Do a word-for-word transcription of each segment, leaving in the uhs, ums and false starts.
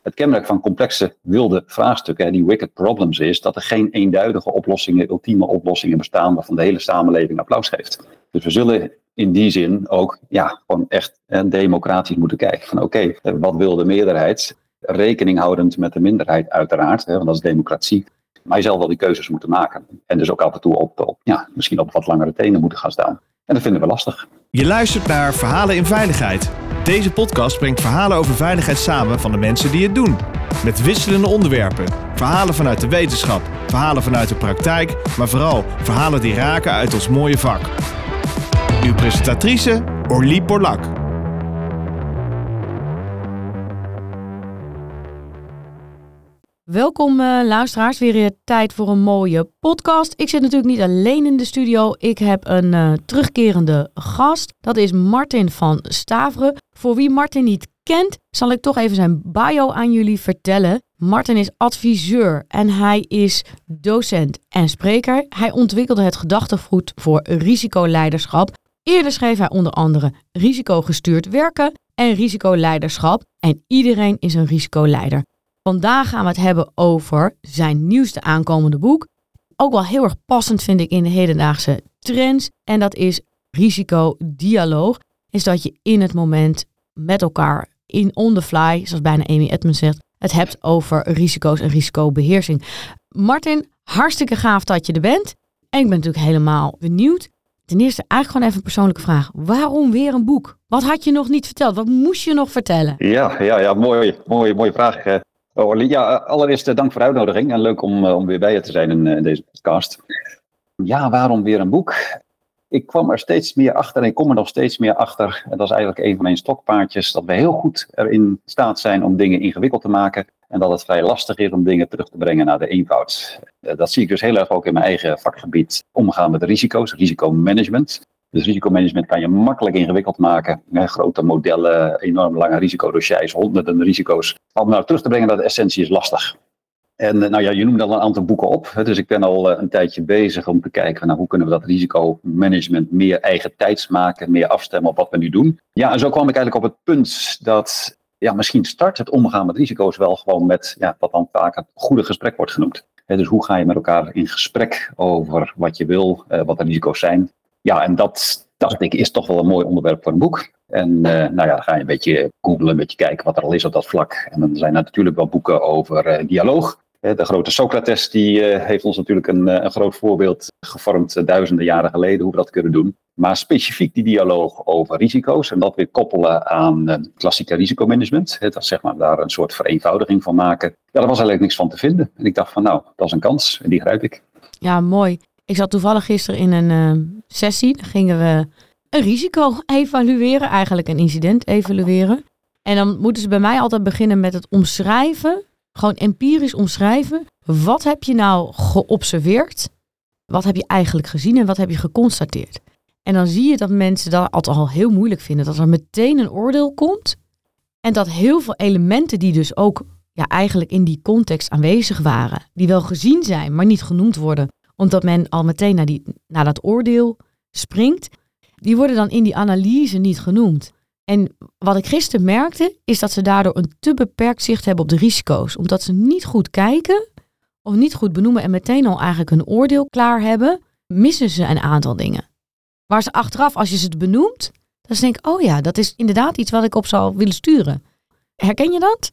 Het kenmerk van complexe wilde vraagstukken, die wicked problems, is dat er geen eenduidige oplossingen, ultieme oplossingen bestaan waarvan de hele samenleving applaus geeft. Dus we zullen in die zin ook ja, gewoon echt eh, democratisch moeten kijken van oké, okay, wat wil de meerderheid? Rekening houdend met de minderheid uiteraard, hè, want dat is democratie. Maar je zal wel die keuzes moeten maken. En dus ook af en toe op, op ja, misschien op wat langere tenen moeten gaan staan. En dat vinden we lastig. Je luistert naar Verhalen in Veiligheid. Deze podcast brengt verhalen over veiligheid samen van de mensen die het doen. Met wisselende onderwerpen. Verhalen vanuit de wetenschap, verhalen vanuit de praktijk, maar vooral verhalen die raken uit ons mooie vak. Uw presentatrice, Orlie Borlak. Welkom uh, luisteraars, weer uh, tijd voor een mooie podcast. Ik zit natuurlijk niet alleen in de studio. Ik heb een uh, terugkerende gast. Dat is Martin van Staveren. Voor wie Martin niet kent, zal ik toch even zijn bio aan jullie vertellen. Martin is adviseur en hij is docent en spreker. Hij ontwikkelde het gedachtegoed voor risicoleiderschap. Eerder schreef hij onder andere risicogestuurd werken en risicoleiderschap. En iedereen is een risicoleider. Vandaag gaan we het hebben over zijn nieuwste aankomende boek. Ook wel heel erg passend vind ik in de hedendaagse trends. En dat is risicodialoog. Is dat je in het moment met elkaar in on the fly, zoals bijna Amy Edmonds zegt, het hebt over risico's en risicobeheersing. Martin, hartstikke gaaf dat je er bent. En ik ben natuurlijk helemaal benieuwd. Ten eerste eigenlijk gewoon even een persoonlijke vraag. Waarom weer een boek? Wat had je nog niet verteld? Wat moest je nog vertellen? Ja, ja, ja mooi, mooi, mooie vraag. Oh, Orlie. Ja, allereerst uh, dank voor de uitnodiging en leuk om, uh, om weer bij je te zijn in, uh, in deze podcast. Ja, waarom weer een boek? Ik kwam er steeds meer achter en ik kom er nog steeds meer achter. En dat is eigenlijk een van mijn stokpaardjes, dat we heel goed erin staat zijn om dingen ingewikkeld te maken. En dat het vrij lastig is om dingen terug te brengen naar de eenvoud. Uh, dat zie ik dus heel erg ook in mijn eigen vakgebied. Omgaan met de risico's, risicomanagement. Dus risicomanagement kan je makkelijk ingewikkeld maken. Ja, grote modellen, enorm lange risicodossiers, honderden risico's. Om nou terug te brengen naar de essentie is lastig. En nou ja, je noemde al een aantal boeken op. Dus ik ben al een tijdje bezig om te kijken, nou, hoe kunnen we dat risicomanagement meer eigen tijds maken, meer afstemmen op wat we nu doen. Ja, en zo kwam ik eigenlijk op het punt dat ja, misschien start het omgaan met risico's wel gewoon met ja, wat dan vaak het goede gesprek wordt genoemd. Dus hoe ga je met elkaar in gesprek over wat je wil, wat de risico's zijn. Ja, en dat dacht ik is toch wel een mooi onderwerp voor een boek. En uh, nou ja, dan ga je een beetje googlen, een beetje kijken wat er al is op dat vlak. En dan zijn er natuurlijk wel boeken over uh, dialoog. De grote Socrates die uh, heeft ons natuurlijk een, een groot voorbeeld gevormd uh, duizenden jaren geleden hoe we dat kunnen doen. Maar specifiek die dialoog over risico's en dat weer koppelen aan uh, klassieke risicomanagement. Hè, dat zeg maar daar een soort vereenvoudiging van maken. Ja, daar was eigenlijk niks van te vinden. En ik dacht van nou, dat is een kans en die grijp ik. Ja, mooi. Ik zat toevallig gisteren in een uh, sessie. Dan gingen we een risico evalueren, eigenlijk een incident evalueren. En dan moeten ze bij mij altijd beginnen met het omschrijven. Gewoon empirisch omschrijven. Wat heb je nou geobserveerd? Wat heb je eigenlijk gezien en wat heb je geconstateerd? En dan zie je dat mensen dat altijd al heel moeilijk vinden. Dat er meteen een oordeel komt. En dat heel veel elementen die dus ook ja, eigenlijk in die context aanwezig waren. Die wel gezien zijn, maar niet genoemd worden. Omdat men al meteen naar, die, naar dat oordeel springt. Die worden dan in die analyse niet genoemd. En wat ik gisteren merkte, is dat ze daardoor een te beperkt zicht hebben op de risico's. Omdat ze niet goed kijken of niet goed benoemen en meteen al eigenlijk een oordeel klaar hebben, missen ze een aantal dingen. Waar ze achteraf, als je ze het benoemt, dan denk ik, oh ja, dat is inderdaad iets wat ik op zou willen sturen. Herken je dat?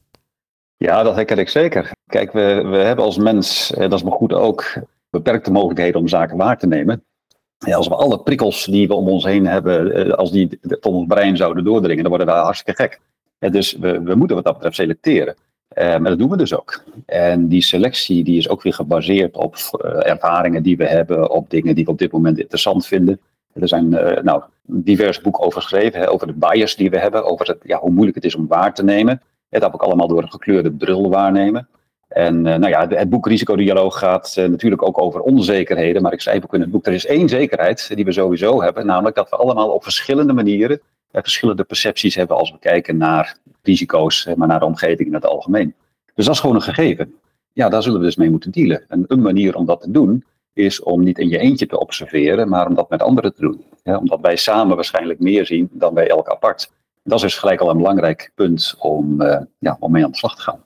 Ja, dat herken ik zeker. Kijk, we, we hebben als mens, dat is maar goed ook, beperkte mogelijkheden om zaken waar te nemen. Ja, als we alle prikkels die we om ons heen hebben, als die tot ons brein zouden doordringen, dan worden we hartstikke gek. Ja, dus we, we moeten wat dat betreft selecteren. Uh, maar dat doen we dus ook. En die selectie die is ook weer gebaseerd op uh, ervaringen die we hebben, op dingen die we op dit moment interessant vinden. Er zijn uh, nou, diverse boeken over geschreven, hè, over de bias die we hebben, over het, ja, hoe moeilijk het is om waar te nemen. Dat heb ik allemaal door een gekleurde bril waarnemen. En uh, nou ja, het boek Risicodialoog gaat uh, natuurlijk ook over onzekerheden. Maar ik schrijf ook in het boek, er is één zekerheid die we sowieso hebben. Namelijk dat we allemaal op verschillende manieren uh, verschillende percepties hebben als we kijken naar risico's, uh, maar naar de omgeving in het algemeen. Dus dat is gewoon een gegeven. Ja, daar zullen we dus mee moeten dealen. En een manier om dat te doen is om niet in je eentje te observeren, maar om dat met anderen te doen. Ja, omdat wij samen waarschijnlijk meer zien dan wij elk apart. Dat is dus gelijk al een belangrijk punt om, uh, ja, om mee aan de slag te gaan.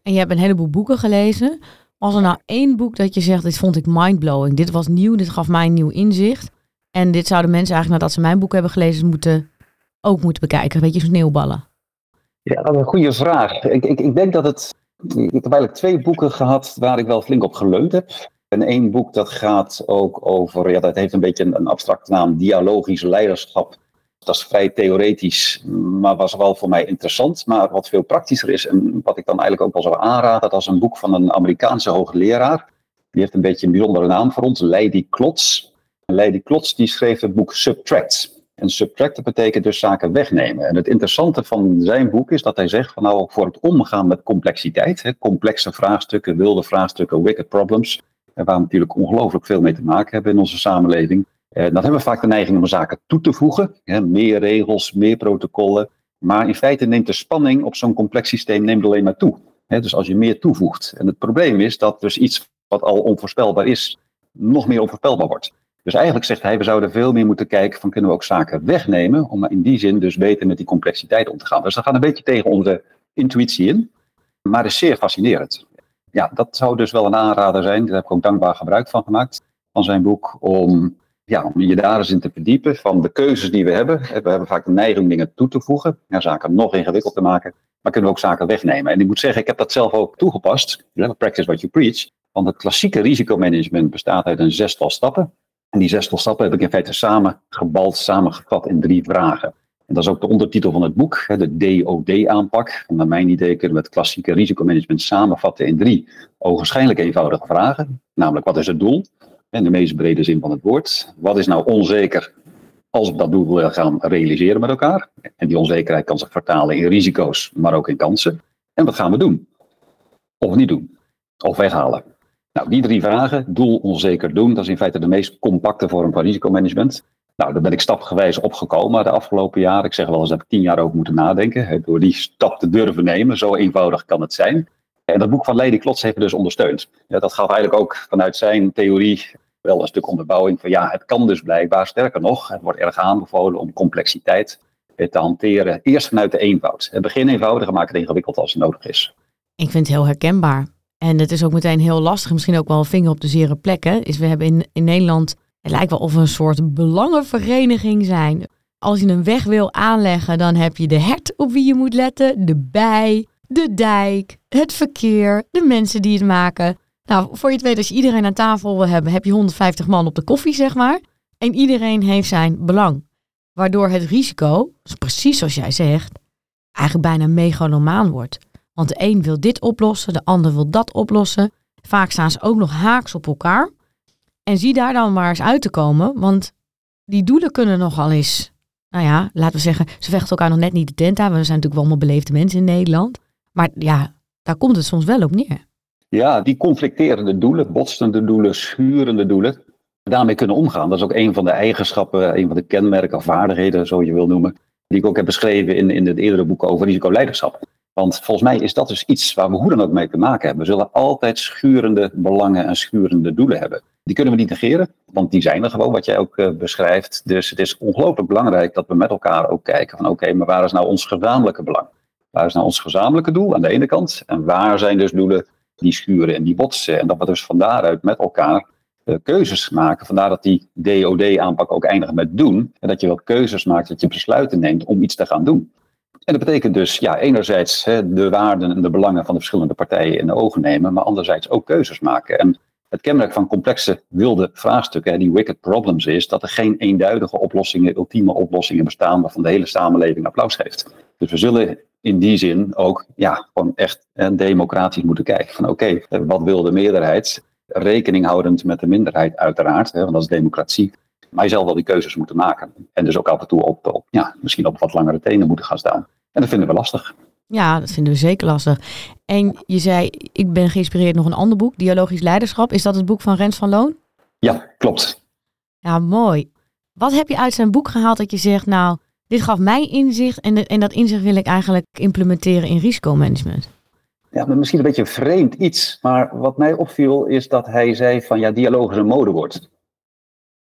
En je hebt een heleboel boeken gelezen. Was er nou één boek dat je zegt, dit vond ik mindblowing. Dit was nieuw, dit gaf mij een nieuw inzicht. En dit zouden mensen eigenlijk nadat ze mijn boek hebben gelezen moeten, ook moeten bekijken. Een beetje sneeuwballen. Ja, dat is een goede vraag. Ik, ik, ik denk dat het... Ik heb eigenlijk twee boeken gehad waar ik wel flink op geleund heb. En één boek dat gaat ook over... Ja, dat heeft een beetje een, een abstracte naam. Dialogisch leiderschap. Dat is vrij theoretisch, maar was wel voor mij interessant. Maar wat veel praktischer is en wat ik dan eigenlijk ook wel zou aanraden, dat is een boek van een Amerikaanse hoogleraar. Die heeft een beetje een bijzondere naam voor ons, Leidy Klotz. En Leidy Klotz die schreef het boek Subtract. En subtract, dat betekent dus zaken wegnemen. En het interessante van zijn boek is dat hij zegt van nou voor het omgaan met complexiteit, hè, complexe vraagstukken, wilde vraagstukken, wicked problems, en waar we natuurlijk ongelooflijk veel mee te maken hebben in onze samenleving. Eh, dan hebben we vaak de neiging om zaken toe te voegen. Hè, meer regels, meer protocollen. Maar in feite neemt de spanning op zo'n complex systeem neemt alleen maar toe. Hè, dus als je meer toevoegt. En het probleem is dat dus iets wat al onvoorspelbaar is, nog meer onvoorspelbaar wordt. Dus eigenlijk zegt hij, we zouden veel meer moeten kijken van kunnen we ook zaken wegnemen. Om in die zin dus beter met die complexiteit om te gaan. Dus dat gaat een beetje tegen onze intuïtie in. Maar is zeer fascinerend. Ja, dat zou dus wel een aanrader zijn. Daar heb ik ook dankbaar gebruik van gemaakt. Van zijn boek om... Ja, om je daar eens in te verdiepen van de keuzes die we hebben. We hebben vaak de neiging dingen toe te voegen. Ja, zaken nog ingewikkeld te maken. Maar kunnen we ook zaken wegnemen. En ik moet zeggen, ik heb dat zelf ook toegepast. Practice what you preach. Want het klassieke risicomanagement bestaat uit een zestal stappen. En die zestal stappen heb ik in feite samengebald, samengevat in drie vragen. En dat is ook de ondertitel van het boek. De D O D-aanpak. En naar mijn idee kunnen we het klassieke risicomanagement samenvatten in drie ogenschijnlijk eenvoudige vragen. Namelijk, wat is het doel? In de meest brede zin van het woord. Wat is nou onzeker als we dat doel willen gaan realiseren met elkaar? En die onzekerheid kan zich vertalen in risico's, maar ook in kansen. En wat gaan we doen? Of niet doen? Of weghalen? Nou, die drie vragen, doel, onzeker, doen, dat is in feite de meest compacte vorm van risicomanagement. Nou, daar ben ik stapgewijs opgekomen de afgelopen jaren. Ik zeg wel eens, heb ik tien jaar over moeten nadenken. Hè, door die stap te durven nemen, zo eenvoudig kan het zijn. En dat boek van Leidy Klotz heeft me dus ondersteund. Ja, dat gaf eigenlijk ook vanuit zijn theorie wel een stuk onderbouwing van ja, het kan dus blijkbaar. Sterker nog, het wordt erg aanbevolen om complexiteit te hanteren. Eerst vanuit de eenvoud. Het begin eenvoudig en maak het ingewikkeld als het nodig is. Ik vind het heel herkenbaar. En het is ook meteen heel lastig, misschien ook wel een vinger op de zere plek. Hè? Is we hebben in, in Nederland, het lijkt wel of we een soort belangenvereniging zijn. Als je een weg wil aanleggen, dan heb je de hert op wie je moet letten, de bij, de dijk, het verkeer, de mensen die het maken. Nou, voor je het weet, als je iedereen aan tafel wil hebben, heb je honderdvijftig man op de koffie, zeg maar. En iedereen heeft zijn belang. Waardoor het risico, dus precies zoals jij zegt, eigenlijk bijna megalomaan wordt. Want de een wil dit oplossen, de ander wil dat oplossen. Vaak staan ze ook nog haaks op elkaar. En zie daar dan maar eens uit te komen, want die doelen kunnen nogal eens, nou ja, laten we zeggen, ze vechten elkaar nog net niet de tent aan. We zijn natuurlijk wel allemaal beleefde mensen in Nederland. Maar ja, daar komt het soms wel op neer. Ja, die conflicterende doelen, botsende doelen, schurende doelen, daarmee kunnen omgaan. Dat is ook een van de eigenschappen, een van de kenmerken of vaardigheden, zo je wil noemen, die ik ook heb beschreven in, in het eerdere boek over risicoleiderschap. Want volgens mij is dat dus iets waar we hoe dan ook mee te maken hebben. We zullen altijd schurende belangen en schurende doelen hebben. Die kunnen we niet negeren, want die zijn er gewoon, wat jij ook uh, beschrijft. Dus het is ongelooflijk belangrijk dat we met elkaar ook kijken van oké, okay, maar waar is nou ons gezamenlijke belang? Waar is nou ons gezamenlijke doel aan de ene kant? En waar zijn dus doelen die schuren en die botsen? En dat we dus van daaruit met elkaar uh, keuzes maken. Vandaar dat die D O D-aanpak ook eindigt met doen. En dat je wel keuzes maakt, dat je besluiten neemt om iets te gaan doen. En dat betekent dus ja, enerzijds hè, de waarden en de belangen van de verschillende partijen in de ogen nemen, maar anderzijds ook keuzes maken. En het kenmerk van complexe wilde vraagstukken, hè, die wicked problems, is dat er geen eenduidige oplossingen, ultieme oplossingen bestaan waarvan de hele samenleving applaus geeft. Dus we zullen in die zin ook ja, gewoon echt hè, democratisch moeten kijken van oké, okay, wat wil de meerderheid? Rekening houdend met de minderheid uiteraard, hè, want dat is democratie. Maar je zal wel die keuzes moeten maken. En dus ook af en toe op, op ja, misschien op wat langere tenen moeten gaan staan. En dat vinden we lastig. Ja, dat vinden we zeker lastig. En je zei, ik ben geïnspireerd nog een ander boek, Dialogisch Leiderschap. Is dat het boek van Rens van Loon? Ja, klopt. Ja, mooi. Wat heb je uit zijn boek gehaald dat je zegt, nou, dit gaf mij inzicht en, de, en dat inzicht wil ik eigenlijk implementeren in risicomanagement? Ja, maar misschien een beetje vreemd iets. Maar wat mij opviel is dat hij zei van ja, dialoog is een modewoord.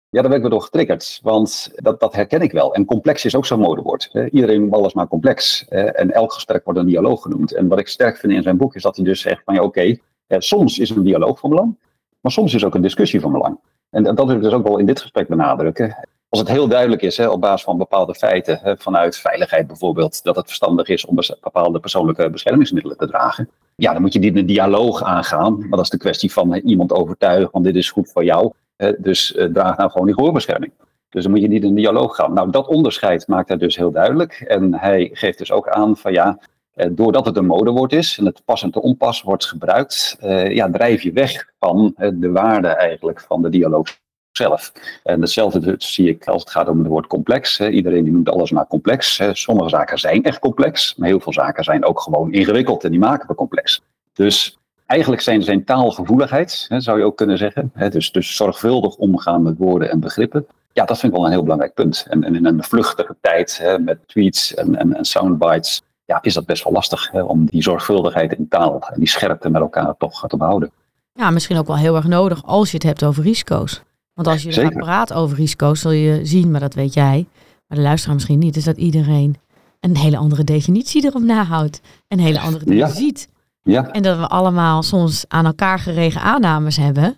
Ja, daar ben ik wel door getriggerd, want dat, dat herken ik wel. En complex is ook zo'n modewoord. Hè. Iedereen noemt alles maar complex. Hè. En elk gesprek wordt een dialoog genoemd. En wat ik sterk vind in zijn boek is dat hij dus zegt van ja, oké, okay, soms is een dialoog van belang, maar soms is ook een discussie van belang. En, en dat wil ik dus ook wel in dit gesprek benadrukken. Als het heel duidelijk is, hè, op basis van bepaalde feiten, hè, vanuit veiligheid bijvoorbeeld, dat het verstandig is om bepaalde persoonlijke beschermingsmiddelen te dragen. Ja, dan moet je die in een dialoog aangaan. Maar dat is de kwestie van hè, iemand overtuigen van dit is goed voor jou. Hè, dus uh, draag nou gewoon die gehoorbescherming. Dus dan moet je niet in een dialoog gaan. Nou, dat onderscheid maakt hij dus heel duidelijk. En hij geeft dus ook aan van ja, eh, doordat het een modewoord is en het pas en te onpas wordt gebruikt, eh, ja, drijf je weg van eh, de waarde eigenlijk van de dialoog zelf. En hetzelfde dus zie ik als het gaat om het woord complex. Hè. Iedereen die noemt alles maar complex. Hè. Sommige zaken zijn echt complex, maar heel veel zaken zijn ook gewoon ingewikkeld en die maken we complex. Dus eigenlijk zijn zijn taalgevoeligheid, hè, zou je ook kunnen zeggen. Hè. Dus, dus zorgvuldig omgaan met woorden en begrippen. Ja, dat vind ik wel een heel belangrijk punt. En, en in een vluchtige tijd hè, met tweets en, en, en soundbites, ja, is dat best wel lastig hè, om die zorgvuldigheid in taal en die scherpte met elkaar toch te behouden. Ja, misschien ook wel heel erg nodig als je het hebt over risico's. Want als je gaat praten over risico's, zul je zien, maar dat weet jij, maar de luisteraar misschien niet, is dat iedereen een hele andere definitie erop nahoudt. Een hele andere dingen ja. ziet. Ja. En dat we allemaal soms aan elkaar geregen aannames hebben.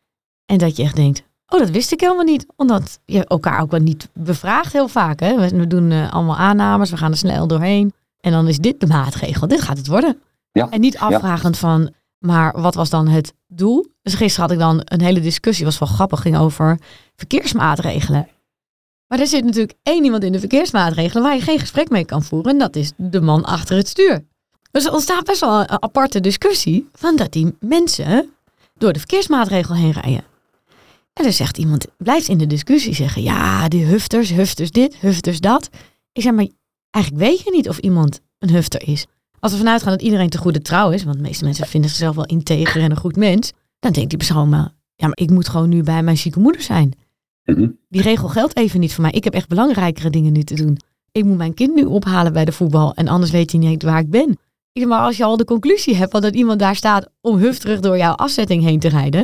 En dat je echt denkt, oh, dat wist ik helemaal niet. Omdat je elkaar ook wel niet bevraagt heel vaak. Hè? We doen uh, allemaal aannames, we gaan er snel doorheen. En dan is dit de maatregel, dit gaat het worden. Ja. En niet afvragend ja. van, maar wat was dan het doel? Dus gisteren had ik dan een hele discussie, was wel grappig, ging over verkeersmaatregelen. Maar er zit natuurlijk één iemand in de verkeersmaatregelen waar je geen gesprek mee kan voeren. En dat is de man achter het stuur. Dus er ontstaat best wel een aparte discussie van dat die mensen door de verkeersmaatregel heen rijden. En dan zegt iemand, blijft in de discussie zeggen, ja, die hufters, hufters dit, hufters dat. Ik zeg, maar eigenlijk weet je niet of iemand een hufter is. Als we vanuit gaan dat iedereen te goede trouw is, want de meeste mensen vinden zichzelf wel integer en een goed mens, dan denkt die persoon maar, ja, maar ik moet gewoon nu bij mijn zieke moeder zijn. Mm-hmm. Die regel geldt even niet voor mij. Ik heb echt belangrijkere dingen nu te doen. Ik moet mijn kind nu ophalen bij de voetbal en anders weet hij niet waar ik ben. Maar als je al de conclusie hebt dat iemand daar staat om hufterig door jouw afzetting heen te rijden,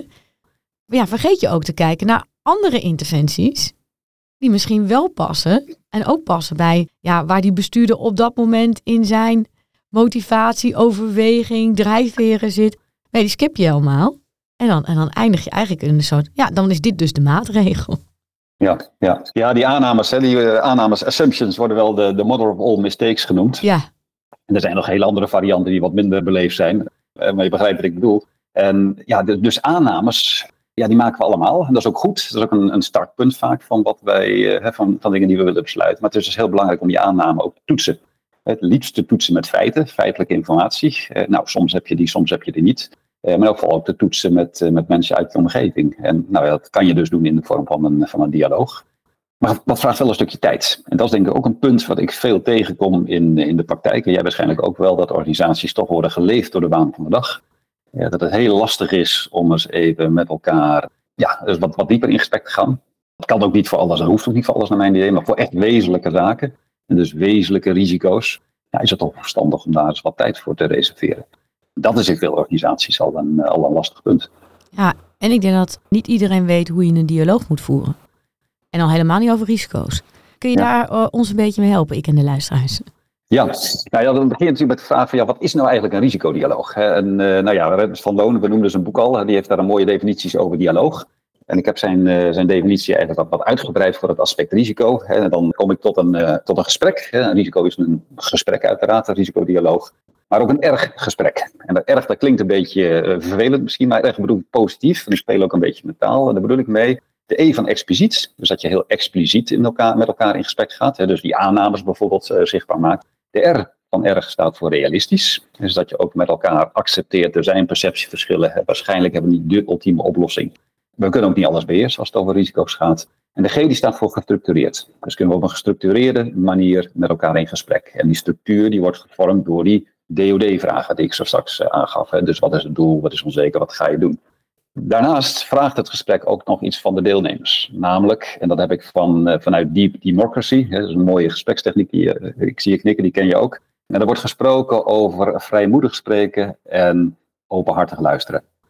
ja, vergeet je ook te kijken naar andere interventies die misschien wel passen en ook passen bij ja, waar die bestuurder op dat moment in zijn motivatie, overweging, drijfveren zit. Nee, die skip je helemaal. En dan, en dan eindig je eigenlijk in een soort, ja, dan is dit dus de maatregel. Ja, ja. ja die aannames, hè, die uh, aannames, assumptions worden wel de, de mother of all mistakes genoemd. Ja. En er zijn nog hele andere varianten die wat minder beleefd zijn. Uh, maar je begrijpt wat ik bedoel. En ja, de, dus aannames, ja, die maken we allemaal. En dat is ook goed. Dat is ook een, een startpunt vaak van wat wij, uh, van, van dingen die we willen besluiten. Maar het is dus heel belangrijk om die aanname ook te toetsen. Het liefst te toetsen met feiten, feitelijke informatie. Uh, nou, soms heb je die, soms heb je die niet. Uh, maar ook vooral ook te toetsen met, uh, met mensen uit je omgeving. En nou, ja, dat kan je dus doen in de vorm van een, van een dialoog. Maar dat vraagt wel een stukje tijd. En dat is denk ik ook een punt wat ik veel tegenkom in, in de praktijk. En jij waarschijnlijk ook wel, dat organisaties toch worden geleefd door de waan van de dag. Ja, dat het heel lastig is om eens even met elkaar ja, dus wat, wat dieper in gesprek te gaan. Dat kan ook niet voor alles, dat hoeft ook niet voor alles naar mijn idee, maar voor echt wezenlijke zaken. En dus wezenlijke risico's, ja, is het toch verstandig om daar eens wat tijd voor te reserveren. Dat is in veel organisaties al een, al een lastig punt. Ja, en ik denk dat niet iedereen weet hoe je een dialoog moet voeren. En al helemaal niet over risico's. Kun je ja. daar uh, ons een beetje mee helpen, ik en de luisteraars? Ja, nou ja, dan begin je natuurlijk met de vraag van ja, wat is nou eigenlijk een risicodialoog? En uh, nou ja, we hebben Van Loon, we noemden zijn boek al, die heeft daar een mooie definities over dialoog. En ik heb zijn, uh, zijn definitie eigenlijk wat, wat uitgebreid voor het aspect risico. Hè. En dan kom ik tot een, uh, tot een gesprek. Hè. Een risico is een gesprek uiteraard, een risicodialoog. Maar ook een erg gesprek. En dat erg, dat klinkt een beetje uh, vervelend misschien, maar erg bedoel ik positief. En ik speel ook een beetje met taal. En daar bedoel ik mee de E van expliciet. Dus dat je heel expliciet in elkaar, met elkaar in gesprek gaat. Hè. Dus die aannames bijvoorbeeld uh, zichtbaar maakt. De R van erg staat voor realistisch. Dus dat je ook met elkaar accepteert, er zijn perceptieverschillen. Hè. Waarschijnlijk hebben we niet de ultieme oplossing. We kunnen ook niet alles beheersen als het over risico's gaat. En de G die staat voor gestructureerd. Dus kunnen we op een gestructureerde manier met elkaar in gesprek. En die structuur die wordt gevormd door die D O D-vragen die ik zo straks uh, aangaf. Hè. Dus wat is het doel, wat is onzeker, wat ga je doen? Daarnaast vraagt het gesprek ook nog iets van de deelnemers. Namelijk, en dat heb ik van, uh, vanuit Deep Democracy, hè, dat is een mooie gesprekstechniek, die, uh, ik zie je knikken, die ken je ook. En er wordt gesproken over vrijmoedig spreken en openhartig luisteren.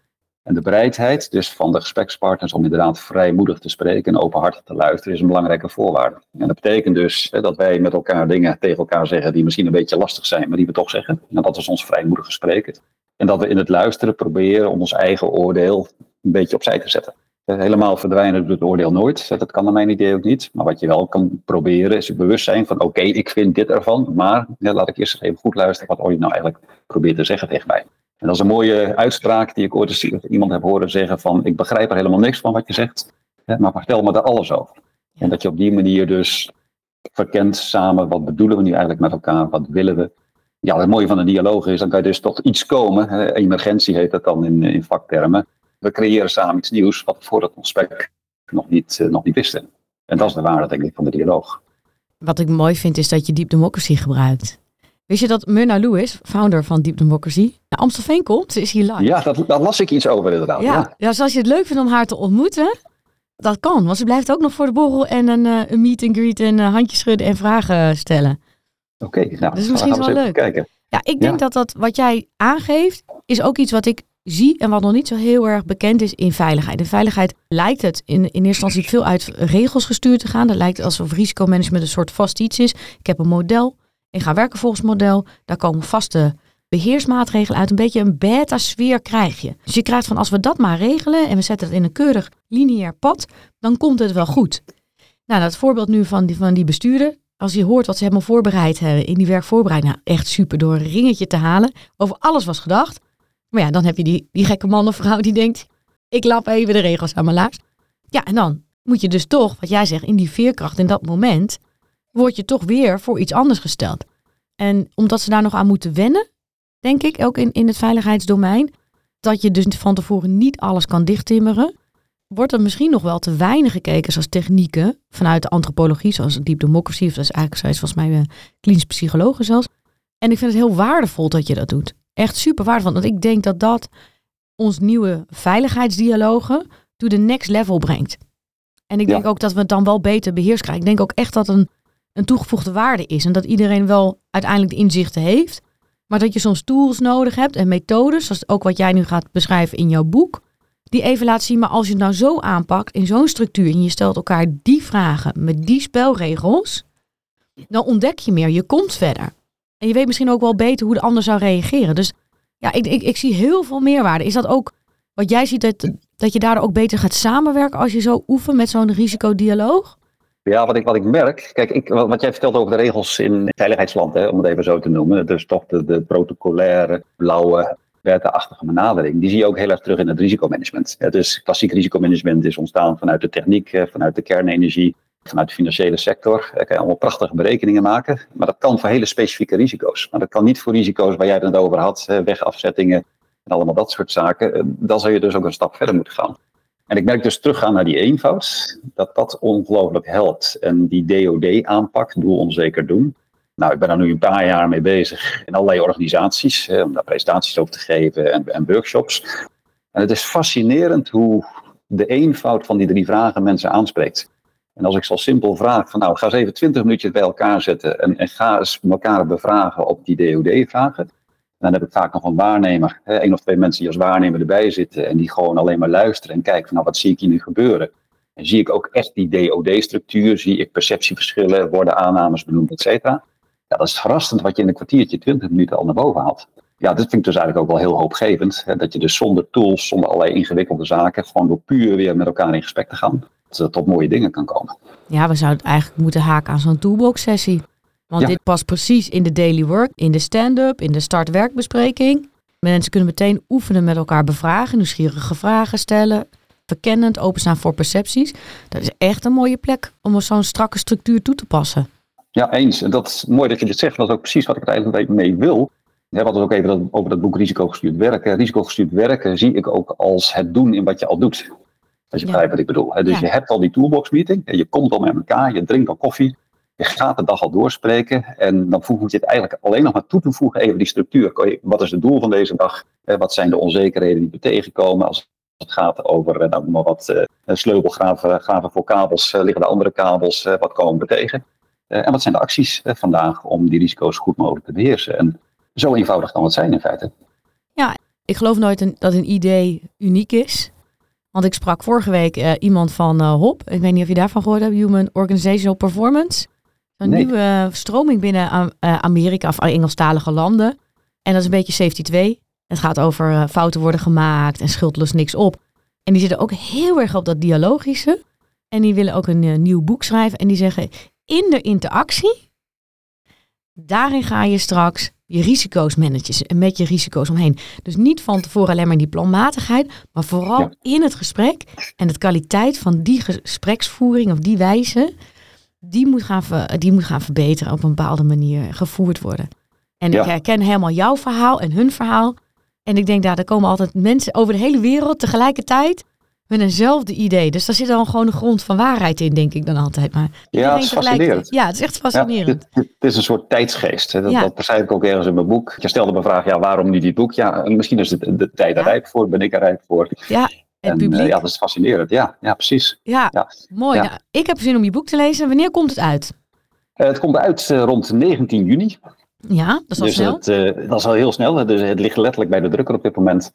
En de bereidheid dus van de gesprekspartners om inderdaad vrijmoedig te spreken en openhartig te luisteren is een belangrijke voorwaarde. En dat betekent dus hè, dat wij met elkaar dingen tegen elkaar zeggen die misschien een beetje lastig zijn, maar die we toch zeggen. En dat is ons vrijmoedige spreken. En dat we in het luisteren proberen om ons eigen oordeel een beetje opzij te zetten. Helemaal verdwijnen doet het oordeel nooit. Dat kan naar mijn idee ook niet. Maar wat je wel kan proberen is het bewustzijn van oké, okay, ik vind dit ervan. Maar ja, laat ik eerst even goed luisteren wat Olly nou eigenlijk probeert te zeggen tegen mij. En dat is een mooie uitspraak die ik ooit eens iemand heb horen zeggen van ik begrijp er helemaal niks van wat je zegt. Maar vertel me er alles over. En dat je op die manier dus verkent samen wat bedoelen we nu eigenlijk met elkaar. Wat willen we. Ja, het mooie van een dialoog is dan kan je dus tot iets komen. Emergentie heet dat dan in, in vaktermen. We creëren samen iets nieuws wat we voor het gesprek nog niet, uh, nog niet wisten. En dat is de waarde, denk ik, van de dialoog. Wat ik mooi vind is dat je Deep Democracy gebruikt. Wist je dat Myrna Lewis, founder van Deep Democracy, naar Amstelveen komt? Ze is hier live. Ja, dat, daar las ik iets over inderdaad. Ja, ja. ja, dus als je het leuk vindt om haar te ontmoeten, dat kan. Want ze blijft ook nog voor de borrel en een, uh, een meet and greet en uh, handjes schudden en vragen stellen. Oké, okay, nou, dus misschien wel leuk. Kijken. Ja, ik denk ja. dat dat wat jij aangeeft, is ook iets wat ik zie en wat nog niet zo heel erg bekend is in veiligheid. In veiligheid lijkt het in, in eerste instantie veel uit regels gestuurd te gaan. Dat lijkt alsof risicomanagement een soort vast iets is. Ik heb een model, ik ga werken volgens het model. Daar komen vaste beheersmaatregelen uit. Een beetje een beta-sfeer krijg je. Dus je krijgt van als we dat maar regelen en we zetten het in een keurig lineair pad, dan komt het wel goed. Nou, dat voorbeeld nu van die, van die bestuurder. Als je hoort wat ze hebben voorbereid hebben in die werkvoorbereiding. Nou, echt super door een ringetje te halen. Over alles was gedacht. Maar ja, dan heb je die, die gekke man of vrouw die denkt, ik lap even de regels aan mijn laars. Ja, en dan moet je dus toch, wat jij zegt, in die veerkracht, in dat moment, word je toch weer voor iets anders gesteld. En omdat ze daar nog aan moeten wennen, denk ik, ook in, in het veiligheidsdomein, dat je dus van tevoren niet alles kan dichttimmeren, wordt er misschien nog wel te weinig gekeken zoals technieken vanuit de antropologie, zoals Deep Democracy, of dat is eigenlijk zoals volgens mij uh, klinische psychologen zelfs. En ik vind het heel waardevol dat je dat doet. Echt super waardevol, want ik denk dat dat ons nieuwe veiligheidsdialogen to the next level brengt. En ik denk ja. ook dat we het dan wel beter beheers krijgen. Ik denk ook echt dat een, een toegevoegde waarde is en dat iedereen wel uiteindelijk de inzichten heeft, maar dat je soms tools nodig hebt en methodes, zoals ook wat jij nu gaat beschrijven in jouw boek, die even laat zien, maar als je het nou zo aanpakt in zo'n structuur en je stelt elkaar die vragen met die spelregels, dan ontdek je meer, je komt verder. En je weet misschien ook wel beter hoe de ander zou reageren. Dus ja, ik, ik, ik zie heel veel meerwaarde. Is dat ook wat jij ziet, dat, dat je daardoor ook beter gaat samenwerken als je zo oefent met zo'n risicodialoog? Ja, wat ik, wat ik merk, kijk, ik, wat jij vertelt over de regels in veiligheidsland, hè, om het even zo te noemen. Dus toch de, de protocolaire, blauwe, beta-achtige benadering. Die zie je ook heel erg terug in het risicomanagement. Ja, dus klassiek risicomanagement is ontstaan vanuit de techniek, vanuit de kernenergie, vanuit de financiële sector. Daar kan je allemaal prachtige berekeningen maken. Maar dat kan voor hele specifieke risico's. Maar dat kan niet voor risico's waar jij het over had, wegafzettingen en allemaal dat soort zaken. Dan zou je dus ook een stap verder moeten gaan. En ik merk dus teruggaan naar die eenvoud, dat dat ongelooflijk helpt. En die D O D-aanpak, doel onzeker doen. Nou, ik ben daar nu een paar jaar mee bezig in allerlei organisaties, eh, om daar presentaties over te geven en, en workshops. En het is fascinerend hoe de eenvoud van die drie vragen mensen aanspreekt. En als ik zo simpel vraag van nou, ga eens even twintig minuutjes bij elkaar zetten en, en ga eens elkaar bevragen op die D O D-vragen. Dan heb ik vaak nog een waarnemer, hè, één of twee mensen die als waarnemer erbij zitten en die gewoon alleen maar luisteren en kijken van nou, wat zie ik hier nu gebeuren. En zie ik ook echt die D O D-structuur, zie ik perceptieverschillen, worden aannames benoemd, et cetera. Ja, dat is verrassend wat je in een kwartiertje, twintig minuten al naar boven haalt. Ja, dat vind ik dus eigenlijk ook wel heel hoopgevend. Hè, dat je dus zonder tools, zonder allerlei ingewikkelde zaken, gewoon door puur weer met elkaar in gesprek te gaan, dat er tot mooie dingen kan komen. Ja, we zouden eigenlijk moeten haken aan zo'n toolbox-sessie. Want ja. dit past precies in de daily work, in de stand-up, in de start-werkbespreking. Mensen kunnen meteen oefenen met elkaar bevragen, nieuwsgierige vragen stellen, verkennend, openstaan voor percepties. Dat is echt een mooie plek om zo'n strakke structuur toe te passen. Ja, eens. En dat is mooi dat je dit zegt. Dat is ook precies wat ik er eigenlijk mee wil. We hadden het ook even over dat boek Risicogestuurd werken. Risicogestuurd werken zie ik ook als het doen in wat je al doet. Als je ja. begrijpt wat ik bedoel. Dus ja. je hebt al die toolbox meeting. Je komt al met elkaar. Je drinkt al koffie. Je gaat de dag al doorspreken. En dan voeg je het eigenlijk alleen nog maar toe te voegen. Even die structuur. Wat is het doel van deze dag? Wat zijn de onzekerheden die we tegenkomen? Als het gaat over nou, maar wat sleutelgraven graven voor kabels. Liggen de andere kabels? Wat komen we tegen? En wat zijn de acties vandaag om die risico's goed mogelijk te beheersen? En zo eenvoudig kan het zijn in feite. Ja, ik geloof nooit een, dat een idee uniek is. Want ik sprak vorige week uh, iemand van uh, H O P. Ik weet niet of je daarvan gehoord hebt. Human Organizational Performance. Een nee. nieuwe uh, stroming binnen uh, Amerika of Engelstalige landen. En dat is een beetje safety twee. Het gaat over uh, fouten worden gemaakt en schuld lost niks op. En die zitten ook heel erg op dat dialogische. En die willen ook een uh, nieuw boek schrijven. En die zeggen, in de interactie, daarin ga je straks je risico's managen. En met je risico's omheen. Dus niet van tevoren alleen maar in die planmatigheid. Maar vooral ja. in het gesprek. En de kwaliteit van die gespreksvoering of die wijze. Die moet gaan, ver, die moet gaan verbeteren op een bepaalde manier. Gevoerd worden. En ja. ik herken helemaal jouw verhaal en hun verhaal. En ik denk, daar, er komen altijd mensen over de hele wereld tegelijkertijd met eenzelfde idee. Dus daar zit dan gewoon een grond van waarheid in, denk ik dan altijd. Maar ja, het is fascinerend. Ja, het is echt fascinerend. Ja, het, het is een soort tijdsgeest. Hè. Dat, ja. dat beschrijf ik ook ergens in mijn boek. Je stelde me vraag, ja, waarom niet dit boek? Ja, misschien is het de tijd er ja. rijp voor, ben ik er rijp voor. Ja, het en, publiek. Uh, ja, dat is fascinerend. Ja, ja precies. Ja, ja. mooi. Ja. Nou, ik heb zin om je boek te lezen. Wanneer komt het uit? Uh, het komt uit uh, rond negentien juni. Ja, dat is al dus snel. Het, uh, dat is al heel snel. Dus het ligt letterlijk bij de drukker op dit moment.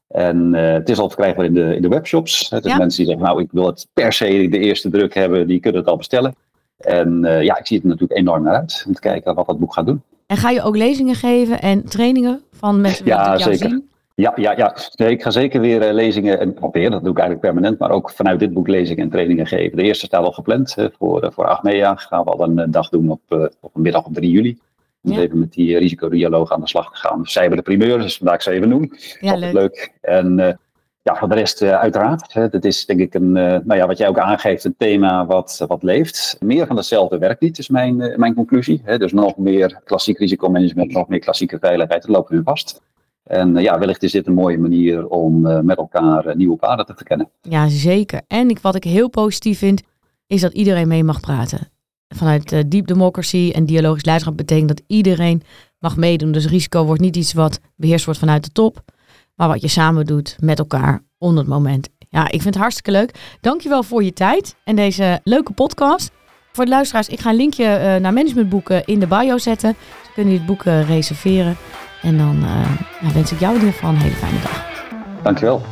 En uh, het is al verkrijgbaar in de, in de webshops. Dus ja. mensen die zeggen, nou, ik wil het per se de eerste druk hebben, die kunnen het al bestellen. En uh, ja, ik zie het natuurlijk enorm naar uit om te kijken wat dat boek gaat doen. En ga je ook lezingen geven en trainingen van mensen die ja, het jou zeker. zien? Ja, ja, ja. Nee, ik ga zeker weer uh, lezingen, en oh, weer, dat doe ik eigenlijk permanent, maar ook vanuit dit boek lezingen en trainingen geven. De eerste staat al gepland uh, voor, uh, voor Achmea. Gaan we al een uh, dag doen op, uh, op een middag op drie juli. Om ja. even met die uh, risicodialoog aan de slag te gaan. Zij hebben de primeur, dus vandaar ik ze even noem. Ja, leuk. leuk. En uh, ja, voor de rest uh, uiteraard. Hè, dat is denk ik een, uh, nou ja, wat jij ook aangeeft, een thema wat, wat leeft. Meer van hetzelfde werkt niet, is mijn, uh, mijn conclusie. Hè, dus nog meer klassiek risicomanagement, nog meer klassieke veiligheid, dat lopen we vast. En uh, ja, wellicht is dit een mooie manier om uh, met elkaar uh, nieuwe paden te verkennen. Ja, zeker. En ik, wat ik heel positief vind, is dat iedereen mee mag praten. Vanuit uh, deep democracy en dialogisch leiderschap betekent dat iedereen mag meedoen. Dus risico wordt niet iets wat beheerst wordt vanuit de top, maar wat je samen doet met elkaar onder het moment. Ja, ik vind het hartstikke leuk. Dankjewel voor je tijd en deze leuke podcast. Voor de luisteraars, ik ga een linkje uh, naar managementboeken in de bio zetten. Ze kunnen het boek uh, reserveren. En dan uh, nou, wens ik jou in ieder geval een hele fijne dag. Dankjewel.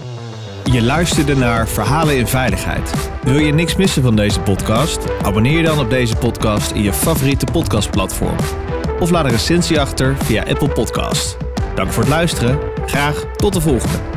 Je luisterde naar Verhalen in Veiligheid. Wil je niks missen van deze podcast? Abonneer je dan op deze podcast in je favoriete podcastplatform. Of laat een recensie achter via Apple Podcast. Dank voor het luisteren. Graag tot de volgende.